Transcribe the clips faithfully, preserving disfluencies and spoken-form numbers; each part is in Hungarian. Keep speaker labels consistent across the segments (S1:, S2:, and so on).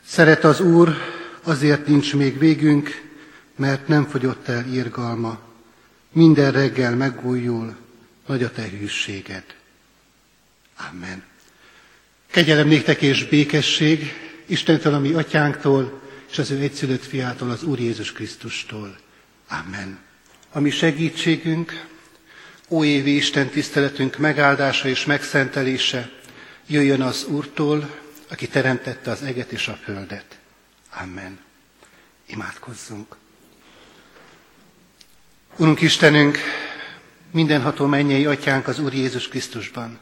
S1: Szeret az Úr, azért nincs még végünk, mert nem fogyott el irgalma. Minden reggel megújul, nagy a te hűséged. Amen. Kegyelem néktek és békesség Istentől, a mi atyánktól, és az ő egyszülött fiától, az Úr Jézus Krisztustól. Amen. A mi segítségünk, óévi Isten tiszteletünk megáldása és megszentelése jöjjön az Úrtól, aki teremtette az eget és a földet. Amen. Imádkozzunk. Urunk Istenünk, mindenható mennyei atyánk az Úr Jézus Krisztusban.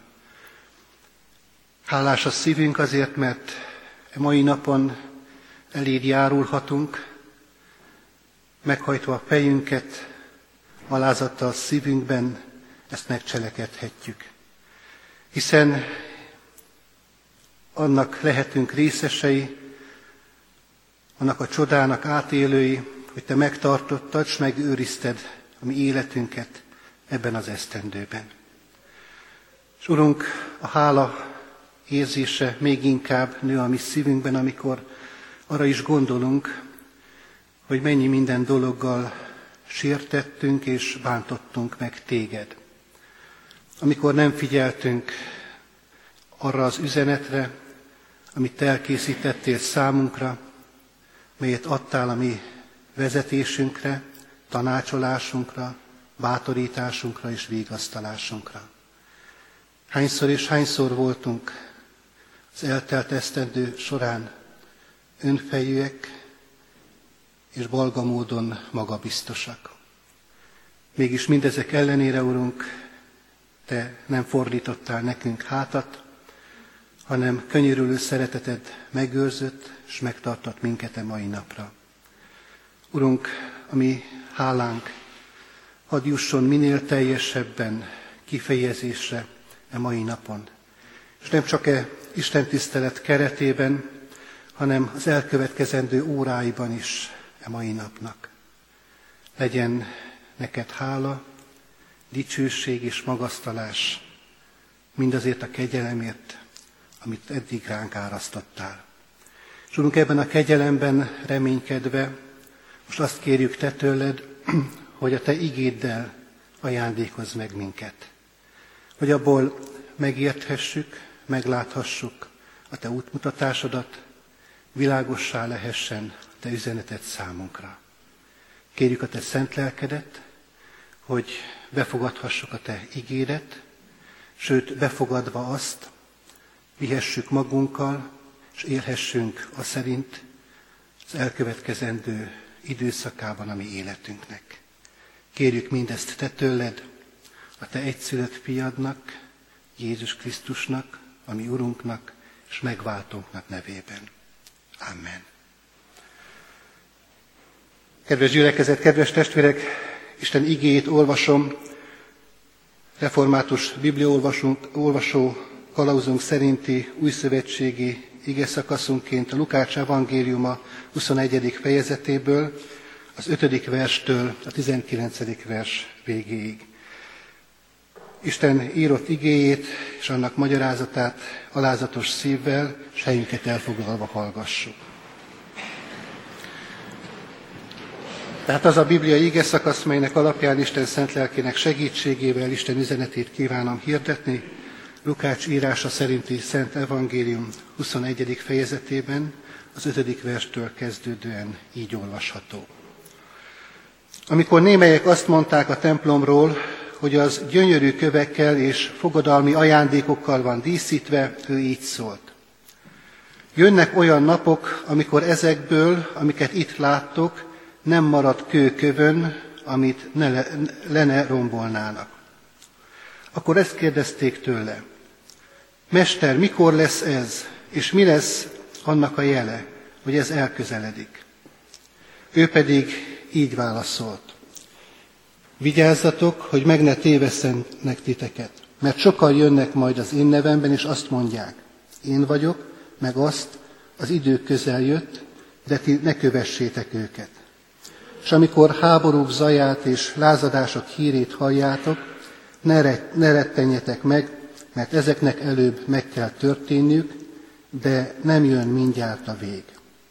S1: Hálás a szívünk azért, mert e mai napon eléd járulhatunk, meghajtva a fejünket, alázattal a szívünkben ezt megcselekedhetjük. Hiszen annak lehetünk részesei, annak a csodának átélői, hogy te megtartottad, s megőrizted a mi életünket ebben az esztendőben. És Urunk, a hála érzése még inkább nő a mi szívünkben, amikor arra is gondolunk, hogy mennyi minden dologgal sértettünk és bántottunk meg téged. Amikor nem figyeltünk arra az üzenetre, amit te elkészítettél számunkra, melyet adtál a mi vezetésünkre, tanácsolásunkra, bátorításunkra és vigasztalásunkra. Hányszor és hányszor voltunk az eltelt esztendő során önfejűek és balga módon magabiztosak. Mégis mindezek ellenére, Urunk, te nem fordítottál nekünk hátat, hanem könyörülő szereteted megőrzött és megtartott minket a mai napra. Urunk, a mi hálánk hadd jusson minél teljesebben kifejezésre a mai napon. És nem csak e istentisztelet keretében, hanem az elkövetkezendő óráiban is a mai napnak. Legyen neked hála, dicsőség és magasztalás mindazért a kegyelemért, amit eddig ránk árasztottál. És Urunk, ebben a kegyelemben reménykedve, most azt kérjük te tőled, hogy a te igéddel ajándékozz meg minket. Hogy abból megérthessük, megláthassuk a te útmutatásodat, világossá lehessen a te üzeneted számunkra. Kérjük a te szent lelkedet, hogy befogadhassuk a te igédet, sőt, befogadva azt, vihessük magunkkal, és élhessünk a szerint az elkövetkezendő időszakában a mi életünknek. Kérjük mindezt te tőled, a te egyszülött fiadnak, Jézus Krisztusnak, a mi Urunknak és megváltónknak nevében. Amen. Kedves gyülekezet, kedves testvérek, Isten igéjét olvasom, református bibliaolvasó kalauzunk szerinti újszövetségi igeszakaszunként a Lukács evangéliuma huszonegyedik fejezetéből, az ötödik verstől a tizenkilencedik vers végéig. Isten írott igéjét és annak magyarázatát alázatos szívvel, s helyünket elfoglalva hallgassuk. Tehát az a bibliai igeszakasz, melynek alapján Isten szent lelkének segítségével Isten üzenetét kívánom hirdetni, Lukács írása szerinti Szent Evangélium huszonegyedik fejezetében, az ötödik verstől kezdődően így olvasható. Amikor némelyek azt mondták a templomról, hogy az gyönyörű kövekkel és fogadalmi ajándékokkal van díszítve, ő így szólt. Jönnek olyan napok, amikor ezekből, amiket itt láttok, nem marad kő kövön, amit ne le, le ne rombolnának. Akkor ezt kérdezték tőle. Mester, mikor lesz ez, és mi lesz annak a jele, hogy ez elközeledik? Ő pedig így válaszolt. Vigyázzatok, hogy meg ne tévesszenek titeket, mert sokan jönnek majd az én nevemben, és azt mondják, én vagyok, meg azt, az idő közel jött, de ti ne kövessétek őket. És amikor háborúk zaját és lázadások hírét halljátok, ne, re- ne rettenjetek meg, mert ezeknek előbb meg kell történniük, de nem jön mindjárt a vég.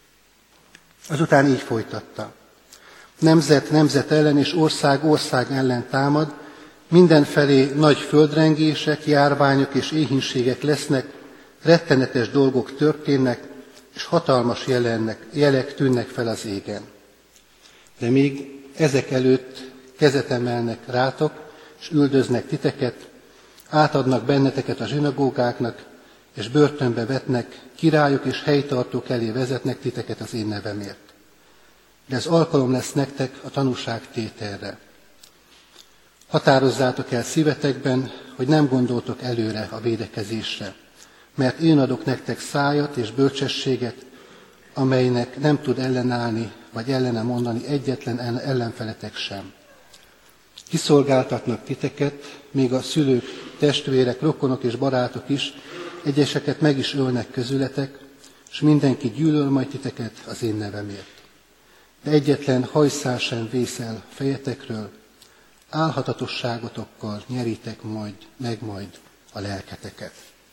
S1: Azután így folytatta. Nemzet nemzet ellen és ország ország ellen támad, mindenfelé nagy földrengések, járványok és éhínségek lesznek, rettenetes dolgok történnek, és hatalmas jelennek, jelek tűnnek fel az égen. De még ezek előtt kezet emelnek rátok, és üldöznek titeket, átadnak benneteket a zsinagógáknak, és börtönbe vetnek, királyok és helytartók elé vezetnek titeket az én nevemért. De ez alkalom lesz nektek a tanúságtételre. Határozzátok el szívetekben, hogy nem gondoltok előre a védekezésre, mert én adok nektek szájat és bölcsességet, amelynek nem tud ellenállni, vagy ellene mondani egyetlen ellenfeletek sem. Kiszolgáltatnak titeket, még a szülők, testvérek, rokonok és barátok is, egyeseket meg is ölnek közületek, és mindenki gyűlöl majd titeket az én nevemért. De egyetlen hajszál sem vészel fejetekről, álhatatosságotokkal nyeritek majd, meg majd a lelketeket.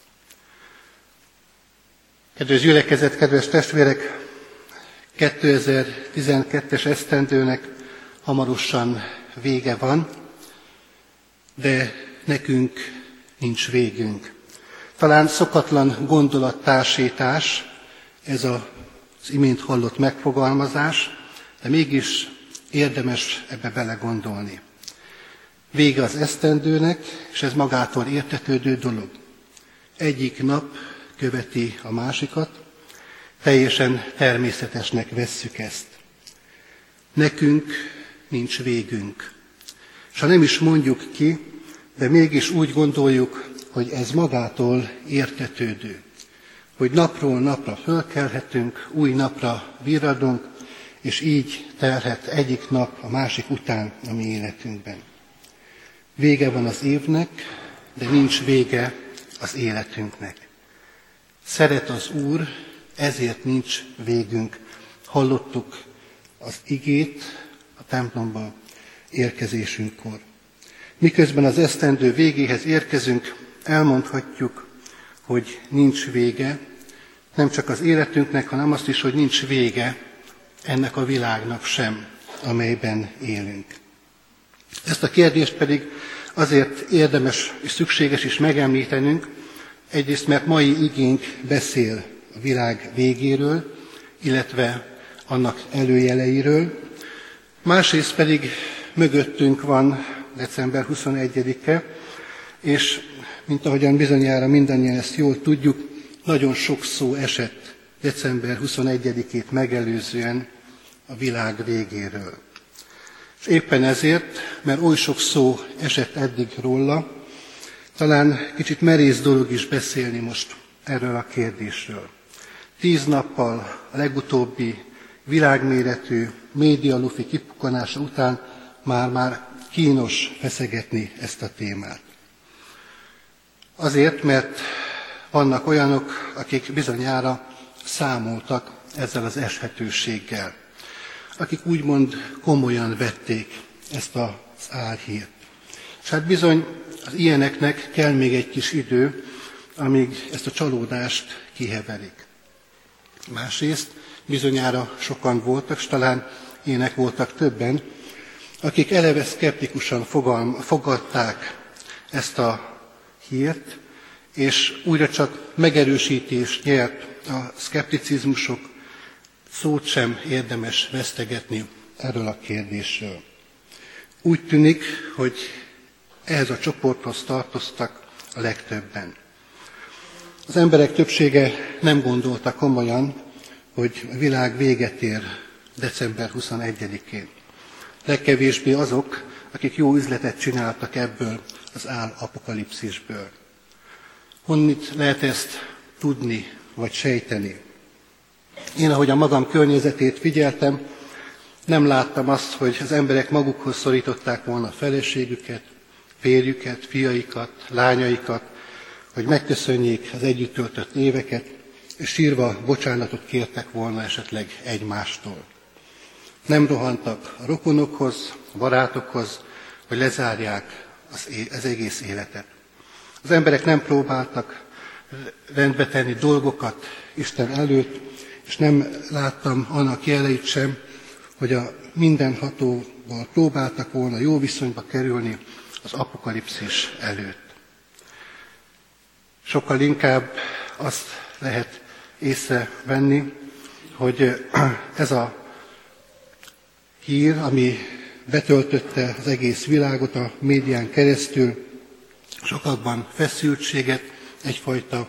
S1: Kedves gyülekezet, kedves testvérek, kétezer-tizenkettes esztendőnek hamarosan vége van, de nekünk nincs végünk. Talán szokatlan gondolattársítás ez az imént hallott megfogalmazás, de mégis érdemes ebbe belegondolni. Vége az esztendőnek, és ez magától értetődő dolog. Egyik nap követi a másikat, teljesen természetesnek vesszük ezt. Nekünk nincs végünk. És ha nem is mondjuk ki, de mégis úgy gondoljuk, hogy ez magától értetődő. Hogy napról napra fölkelhetünk, új napra virradunk, és így telhet egyik nap a másik után a mi életünkben. Vége van az évnek, de nincs vége az életünknek. Szeret az Úr, ezért nincs végünk. Hallottuk az igét a templomba érkezésünkkor. Miközben az esztendő végéhez érkezünk, elmondhatjuk, hogy nincs vége, nem csak az életünknek, hanem azt is, hogy nincs vége ennek a világnak sem, amelyben élünk. Ezt a kérdést pedig azért érdemes és szükséges is megemlítenünk, egyrészt mert mai igénk beszél a világ végéről, illetve annak előjeleiről, másrészt pedig mögöttünk van december huszonegyedike, és mint ahogyan bizonyára mindannyian ezt jól tudjuk, nagyon sok szó esett december huszonegyedikét megelőzően a világ végéről. És éppen ezért, mert oly sok szó esett eddig róla, talán kicsit merész dolog is beszélni most erről a kérdésről. Tíz nappal a legutóbbi világméretű médialufi kipukkanása után már-már kínos feszegetni ezt a témát. Azért, mert vannak olyanok, akik bizonyára számoltak ezzel az eshetőséggel, akik úgymond komolyan vették ezt az álhírt. És hát bizony az ilyeneknek kell még egy kis idő, amíg ezt a csalódást kiheverik. Másrészt bizonyára sokan voltak, és talán ilyenek voltak többen, akik eleve szkeptikusan fogalm, fogadták ezt a hírt, és újra csak megerősítést nyert a szkepticizmusok, szót sem érdemes vesztegetni erről a kérdésről. Úgy tűnik, hogy ehhez a csoporthoz tartoztak a legtöbben. Az emberek többsége nem gondolta komolyan, hogy a világ véget ér december huszonegyedikén. Legkevésbé azok, akik jó üzletet csináltak ebből az állapokalipszisből. Honnit lehet ezt tudni, vagy sejteni? Én, ahogy a magam környezetét figyeltem, nem láttam azt, hogy az emberek magukhoz szorították volna a feleségüket, férjüket, fiaikat, lányaikat, hogy megköszönjék az együtt töltött éveket, és sírva bocsánatot kértek volna esetleg egymástól. Nem rohantak a rokonokhoz, a barátokhoz, hogy lezárják az, é- az egész életet. Az emberek nem próbáltak rendbe tenni dolgokat Isten előtt, és nem láttam annak jeleit sem, hogy a mindenhatóval próbáltak volna jó viszonyba kerülni az apokalipszis előtt. Sokkal inkább azt lehet észrevenni, hogy ez a hír, ami betöltötte az egész világot a médián keresztül, sokakban feszültséget, egyfajta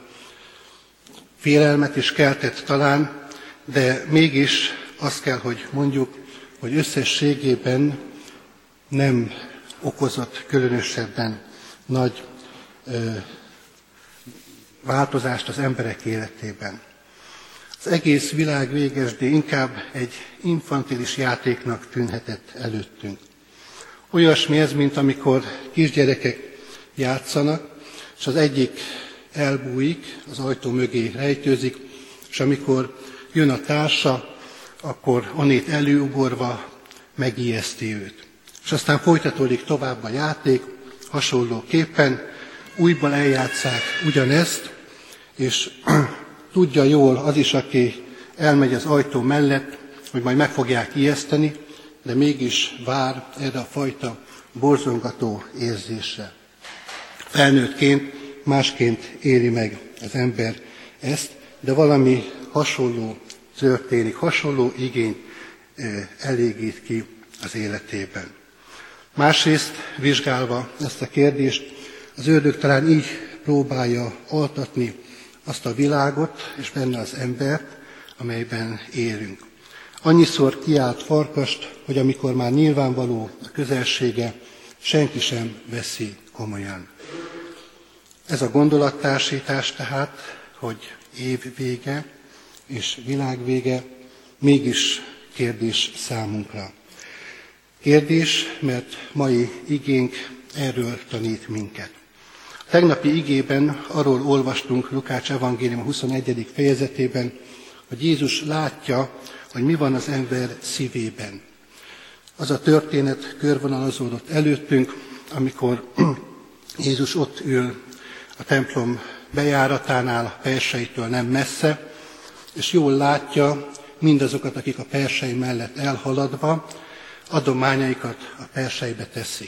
S1: félelmet is keltett talán, de mégis azt kell, hogy mondjuk, hogy összességében nem okozott különösebben nagy ö, változást az emberek életében. Az egész világ végesdé inkább egy infantilis játéknak tűnhetett előttünk. Olyasmi ez, mint amikor kisgyerekek játszanak, és az egyik elbújik, az ajtó mögé rejtőzik, és amikor jön a társa, akkor onnét előugorva megijeszti őt. És aztán folytatódik tovább a játék, hasonlóképpen, újból eljátsszák ugyanezt, és tudja jól az is, aki elmegy az ajtó mellett, hogy majd meg fogják ijeszteni, de mégis vár erre a fajta borzongató érzésre. Felnőttként másként éli meg az ember ezt, de valami hasonló történik, hasonló igényt elégít ki az életében. Másrészt vizsgálva ezt a kérdést, az ördög talán így próbálja altatni azt a világot, és benne az embert, amelyben élünk. Annyiszor kiált farkast, hogy amikor már nyilvánvaló a közelsége, senki sem veszi komolyan. Ez a gondolattársítás tehát, hogy év vége és világ vége, mégis kérdés számunkra. Kérdés, mert mai igénk erről tanít minket. A tegnapi igében arról olvastunk Lukács evangélium huszonegyedik fejezetében, hogy Jézus látja, hogy mi van az ember szívében. Az a történet körvonalazódott előttünk, amikor Jézus ott ül a templom bejáratánál, a perseitől nem messze, és jól látja mindazokat, akik a persei mellett elhaladva adományaikat a perseibe teszik.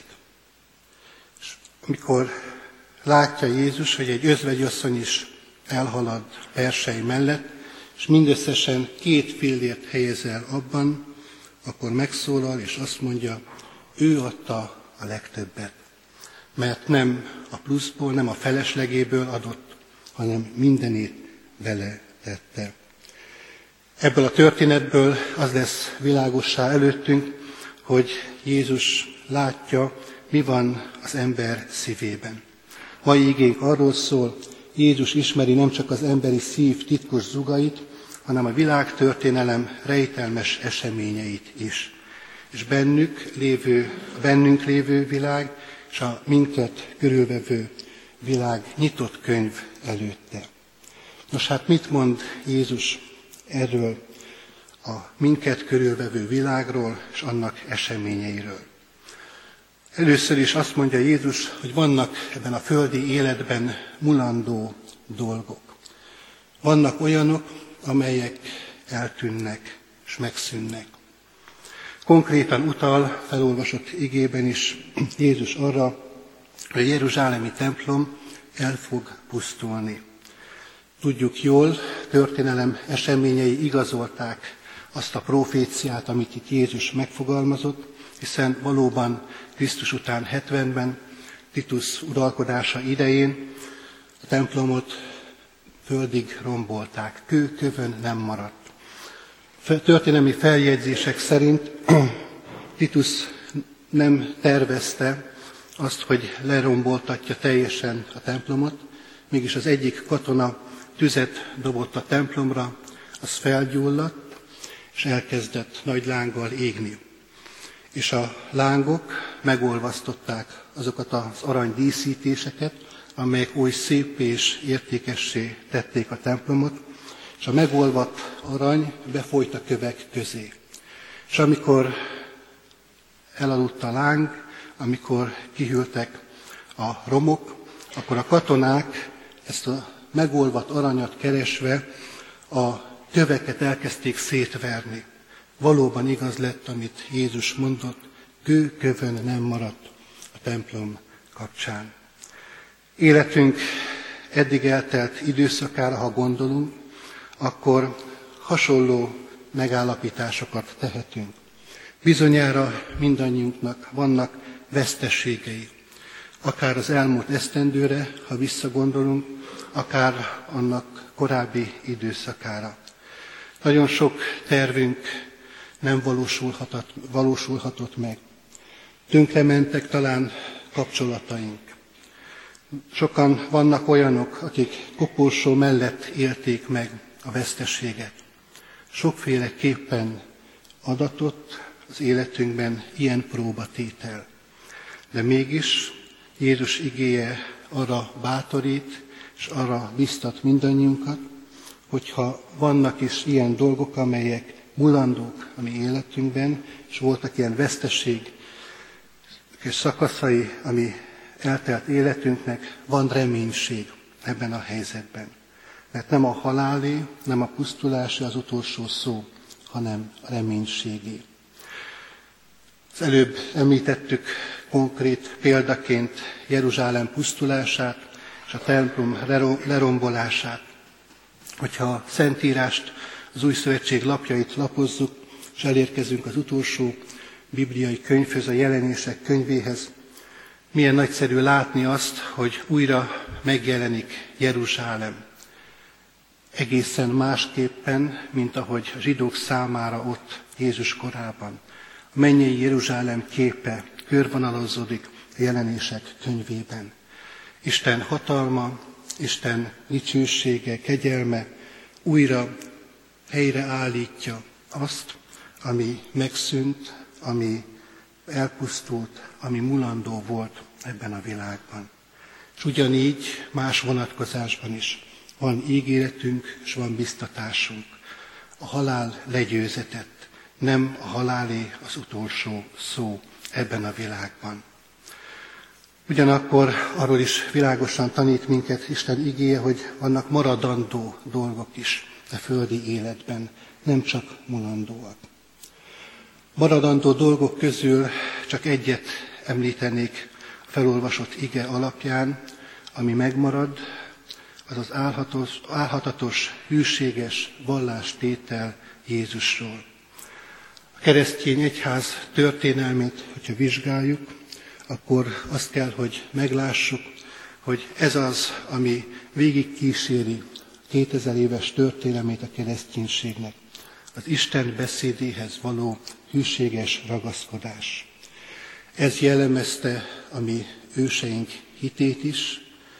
S1: És amikor látja Jézus, hogy egy özvegyasszony is elhalad persei mellett, és mindösszesen két fillért helyez el abban, akkor megszólal, és azt mondja, ő adta a legtöbbet. Mert nem a pluszból, nem a feleslegéből adott, hanem mindenét vele tette. Ebből a történetből az lesz világossá előttünk, hogy Jézus látja, mi van az ember szívében. Mai igénk arról szól, Jézus ismeri nem csak az emberi szív titkos zugait, hanem a világtörténelem rejtelmes eseményeit is. És bennük lévő, a bennünk lévő világ, és a minket körülvevő világ nyitott könyv előtte. Nos, hát mit mond Jézus erről a minket körülvevő világról és annak eseményeiről? Először is azt mondja Jézus, hogy vannak ebben a földi életben mulandó dolgok. Vannak olyanok, amelyek eltűnnek és megszűnnek. Konkrétan utal felolvasott igében is Jézus arra, hogy a jeruzsálemi templom el fog pusztulni. Tudjuk jól, történelem eseményei igazolták azt a proféciát, amit itt Jézus megfogalmazott, hiszen valóban Krisztus után hetvenben, Titus uralkodása idején a templomot földig rombolták, kőkövön nem maradt. Történelmi feljegyzések szerint Titus nem tervezte azt, hogy leromboltatja teljesen a templomot, mégis az egyik katona tüzet dobott a templomra, az felgyulladt, és elkezdett nagy lánggal égni. És a lángok megolvasztották azokat az arany díszítéseket, amelyek oly szép és értékessé tették a templomot, és a megolvadt arany befolyt a kövek közé. És amikor elaludt a láng, amikor kihűltek a romok, akkor a katonák ezt a megolvadt aranyat keresve a köveket elkezdték szétverni. Valóban igaz lett, amit Jézus mondott, kő kövön nem maradt a templom kapcsán. Életünk eddig eltelt időszakára, ha gondolunk, akkor hasonló megállapításokat tehetünk. Bizonyára mindannyiunknak vannak veszteségei. Akár az elmúlt esztendőre, ha visszagondolunk, akár annak korábbi időszakára. Nagyon sok tervünk nem valósulhatott, valósulhatott meg. Tönkrementek talán kapcsolataink. Sokan vannak olyanok, akik koporsó mellett élték meg a veszteséget. Sokféleképpen adatott az életünkben ilyen próbatétel. De mégis Jézus igéje arra bátorít, és arra biztat mindannyiunkat, hogyha vannak is ilyen dolgok, amelyek mulandók a mi életünkben, és voltak ilyen veszteség és szakaszai, ami eltelt életünknek, van reménység ebben a helyzetben. Mert nem a halálé, nem a pusztulásé az utolsó szó, hanem a reménységé. Az előbb említettük konkrét példaként Jeruzsálem pusztulását és a templom lerombolását. Hogyha a Szentírást, az Új Szövetség lapjait lapozzuk, és elérkezünk az utolsó bibliai könyvhöz, a Jelenések könyvéhez, milyen nagyszerű látni azt, hogy újra megjelenik Jeruzsálem. Egészen másképpen, mint ahogy a zsidók számára ott Jézus korában. A mennyei Jeruzsálem képe körvonalazódik a Jelenések könyvében. Isten hatalma, Isten dicsősége, kegyelme újra helyreállítja azt, ami megszűnt, ami elpusztult, ami mulandó volt ebben a világban. És ugyanígy más vonatkozásban is van ígéretünk, és van biztatásunk. A halál legyőzetett, nem a halálé az utolsó szó ebben a világban. Ugyanakkor arról is világosan tanít minket Isten igéje, hogy vannak maradandó dolgok is a földi életben, nem csak mulandóak. Maradandó dolgok közül csak egyet említenék a felolvasott ige alapján, ami megmarad, az az álhatos, álhatatos, hűséges vallástétel Jézusról. A keresztény egyház történelmét, hogyha vizsgáljuk, akkor azt kell, hogy meglássuk, hogy ez az, ami végigkíséri kétezer éves történelmét a kereszténységnek, az Isten beszédéhez való hűséges ragaszkodás. Ez jellemezte a mi őseink hitét is,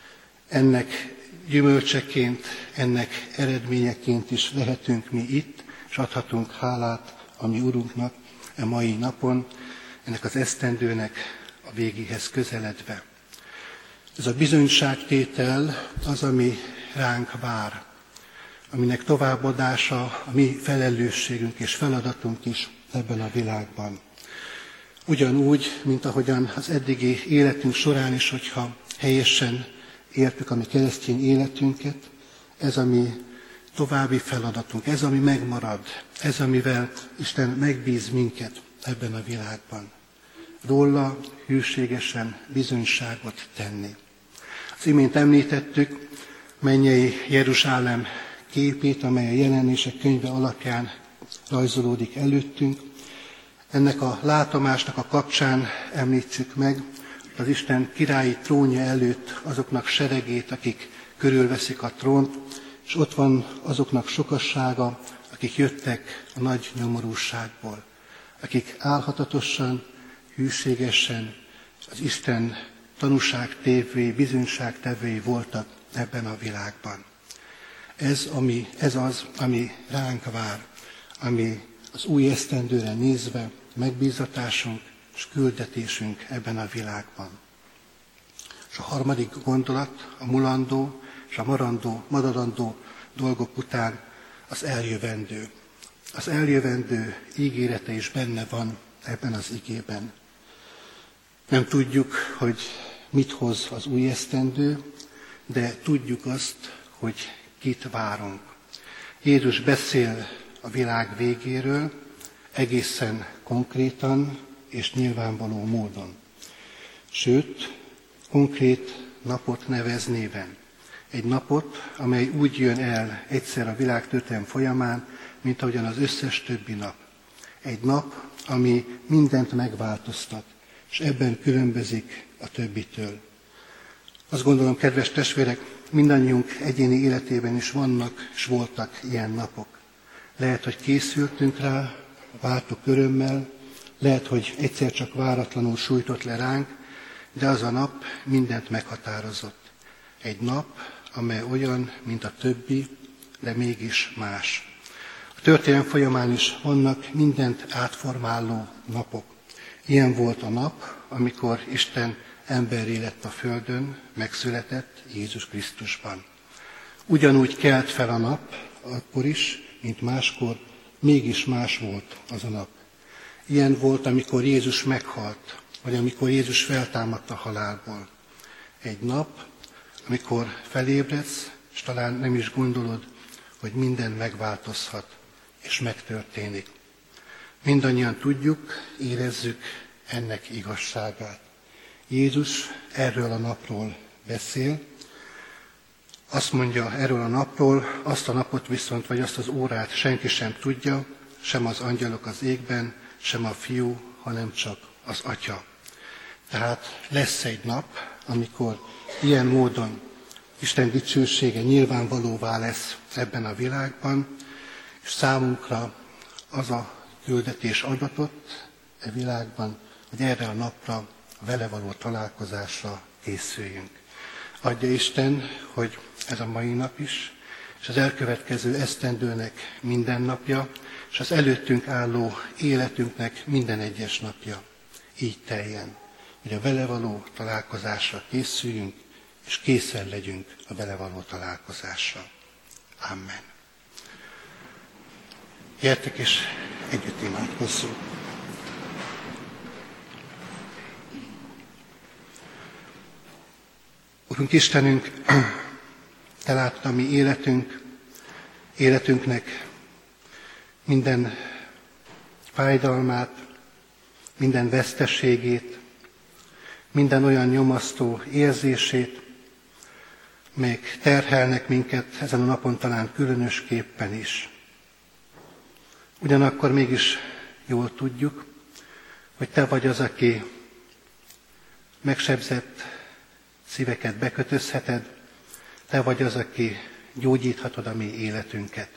S1: ennek gyümölcseként, ennek eredményeként is lehetünk mi itt, és adhatunk hálát a mi Urunknak e mai napon, ennek az esztendőnek a végéhez közeledve. Ez a bizonyságtétel az, ami ránk vár, aminek továbbadása a mi felelősségünk és feladatunk is ebben a világban. Ugyanúgy, mint ahogyan az eddigi életünk során is, hogyha helyesen értük a mi keresztény életünket, ez a mi további feladatunk, ez ami megmarad, ez amivel Isten megbíz minket ebben a világban. Róla hűségesen bizonyságot tenni. Az imént említettük mennyei Jeruzsálem képét, amely a Jelenések könyve alapján rajzolódik előttünk. Ennek a látomásnak a kapcsán említsük meg az Isten királyi trónja előtt azoknak seregét, akik körülveszik a trónt, és ott van azoknak sokassága, akik jöttek a nagy nyomorúságból, akik álhatatosan, hűségesen az Isten tanúságtévői, bizonyságtevői voltak ebben a világban. Ez, ami, ez az, ami ránk vár, ami az új esztendőre nézve megbízatásunk és küldetésünk ebben a világban. És a harmadik gondolat, a mulandó és a marandó, maradandó dolgok után az eljövendő. Az eljövendő ígérete is benne van ebben az igében. Nem tudjuk, hogy mit hoz az új esztendő, de tudjuk azt, hogy kit várunk. Jézus beszél a világ végéről egészen konkrétan és nyilvánvaló módon. Sőt, konkrét napot nevez néven. Egy napot, amely úgy jön el egyszer a világtörténelem folyamán, mint ahogyan az összes többi nap. Egy nap, ami mindent megváltoztat, és ebben különbözik a többitől. Azt gondolom, kedves testvérek, mindannyiunk egyéni életében is vannak és voltak ilyen napok. Lehet, hogy készültünk rá, vártuk örömmel, lehet, hogy egyszer csak váratlanul sújtott le ránk, de az a nap mindent meghatározott. Egy nap, amely olyan, mint a többi, de mégis más. A történelem folyamán is vannak mindent átformáló napok. Ilyen volt a nap, amikor Isten emberré lett a földön, megszületett Jézus Krisztusban. Ugyanúgy kelt fel a nap, akkor is, mint máskor, mégis más volt az a nap. Ilyen volt, amikor Jézus meghalt, vagy amikor Jézus feltámadt a halálból. Egy nap, amikor felébredsz, és talán nem is gondolod, hogy minden megváltozhat, és megtörténik. Mindannyian tudjuk, érezzük ennek igazságát. Jézus erről a napról beszél, azt mondja erről a napról, azt a napot viszont, vagy azt az órát senki sem tudja, sem az angyalok az égben, sem a fiú, hanem csak az atya. Tehát lesz egy nap, amikor ilyen módon Isten dicsősége nyilvánvalóvá lesz ebben a világban, és számunkra az a küldetés adatott e világban, hogy erre a napra, a vele való találkozásra készüljünk. Adja Isten, hogy ez a mai nap is, és az elkövetkező esztendőnek minden napja, és az előttünk álló életünknek minden egyes napja így teljen, hogy a vele való találkozásra készüljünk, és készen legyünk a vele való találkozásra. Amen. Gyertek és együtt imádkozzunk. Urunk Istenünk, Te látod a mi életünk, életünknek minden fájdalmát, minden veszteségét, minden olyan nyomasztó érzését, melyek terhelnek minket ezen a napon talán különösképpen is. Ugyanakkor mégis jól tudjuk, hogy Te vagy az, aki megsebzett szíveket bekötözheted, Te vagy az, aki gyógyíthatod a mi életünket.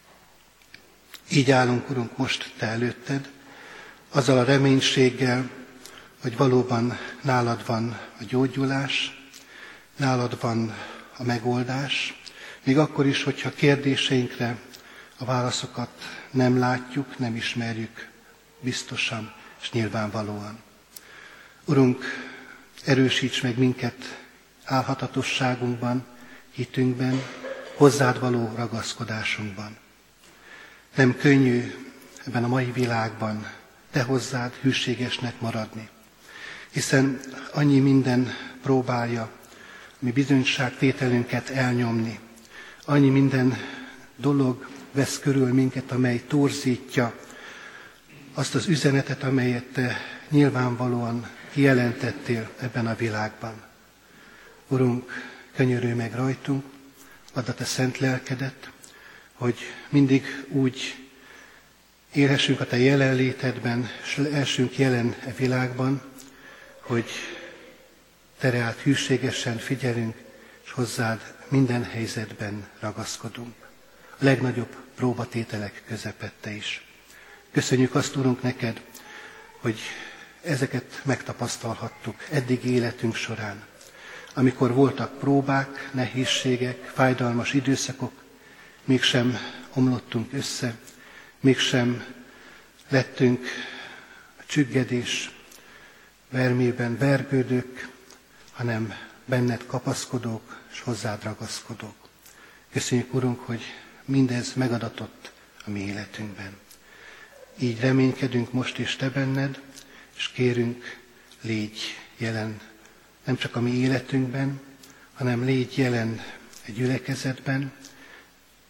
S1: Így állunk, Urunk, most Te előtted, azzal a reménységgel, hogy valóban nálad van a gyógyulás, nálad van a megoldás, még akkor is, hogyha kérdéseinkre a válaszokat nem látjuk, nem ismerjük biztosan és nyilvánvalóan. Urunk, erősíts meg minket álhatatosságunkban, hitünkben, hozzád való ragaszkodásunkban. Nem könnyű ebben a mai világban Te hozzád hűségesnek maradni, hiszen annyi minden próbálja mi bizonyságtételünket elnyomni, annyi minden dolog vesz körül minket, amely torzítja azt az üzenetet, amelyet Te nyilvánvalóan kijelentettél ebben a világban. Urunk, könyörülj meg rajtunk, add a Te szent lelkedet, hogy mindig úgy élhessünk a Te jelenlétedben, és lehessünk jelen e világban, hogy Te reád hűségesen figyelünk, és hozzád minden helyzetben ragaszkodunk. A legnagyobb próbatételek közepette is. Köszönjük azt, Urunk, neked, hogy ezeket megtapasztalhattuk eddig életünk során. Amikor voltak próbák, nehézségek, fájdalmas időszakok, mégsem omlottunk össze, mégsem lettünk a csüggedés vermében vergődők, hanem benned kapaszkodók és hozzád ragaszkodók. Köszönjük, Urunk, hogy mindez megadatott a mi életünkben. Így reménykedünk most is Te benned, és kérünk, légy jelen nem csak a mi életünkben, hanem légy jelen egy gyülekezetben,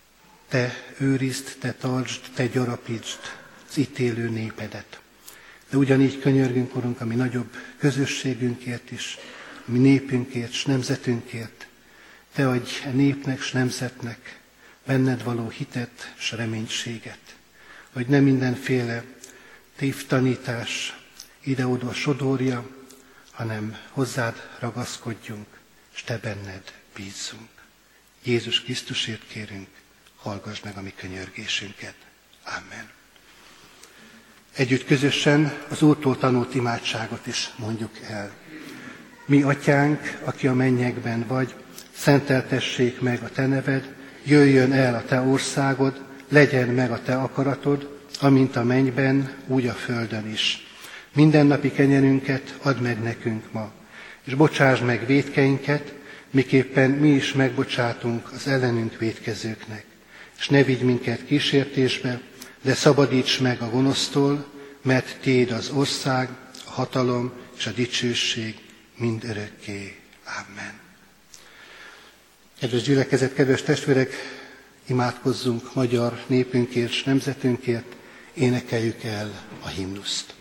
S1: te őrizd, te tartsd, te gyarapítsd az itt élő népedet. De ugyanígy könyörgünk, Urunk, a mi nagyobb közösségünkért is, a mi népünkért s nemzetünkért. Te adj a népnek s nemzetnek benned való hitet s reménységet, hogy nem mindenféle tévtanítás ide-oda sodorja, hanem hozzád ragaszkodjunk, és te benned bízzunk. Jézus Krisztusért kérünk, hallgass meg a mi könyörgésünket. Amen. Együtt közösen az Úrtól tanult imádságot is mondjuk el. Mi atyánk, aki a mennyekben vagy, szenteltessék meg a te neved, jöjjön el a te országod, legyen meg a te akaratod, amint a mennyben, úgy a földön is. Mindennapi kenyerünket add meg nekünk ma, és bocsásd meg vétkeinket, miképpen mi is megbocsátunk az ellenünk vétkezőknek. És ne vigy minket kísértésbe, de szabadíts meg a gonosztól, mert tiéd az ország, a hatalom és a dicsőség mind örökké. Amen. Kedves gyülekezet, kedves testvérek, imádkozzunk magyar népünkért és nemzetünkért, énekeljük el a himnuszt.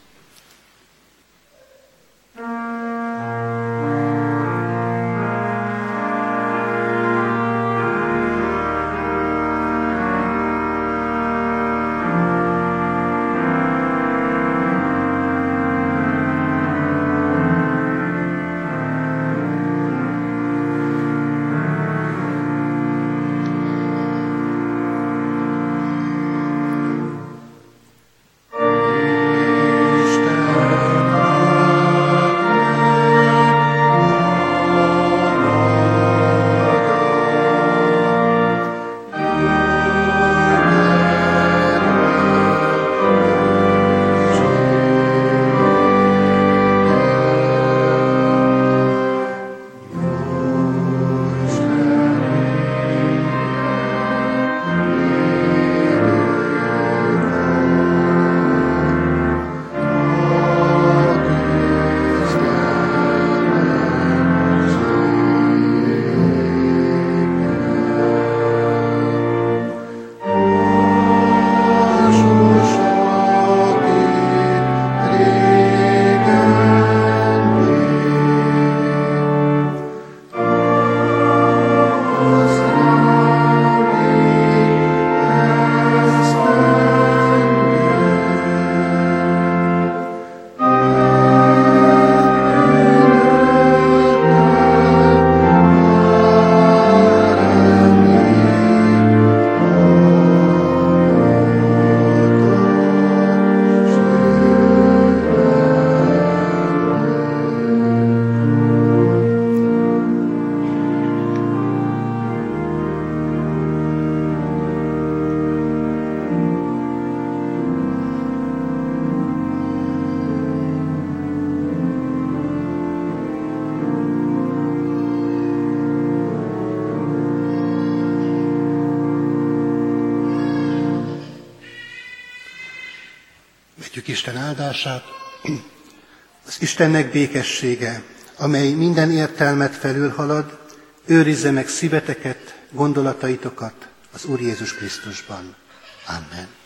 S1: Isten áldását. Az Istennek békessége, amely minden értelmet felülhalad, őrizze meg szíveteket, gondolataitokat az Úr Jézus Krisztusban. Amen.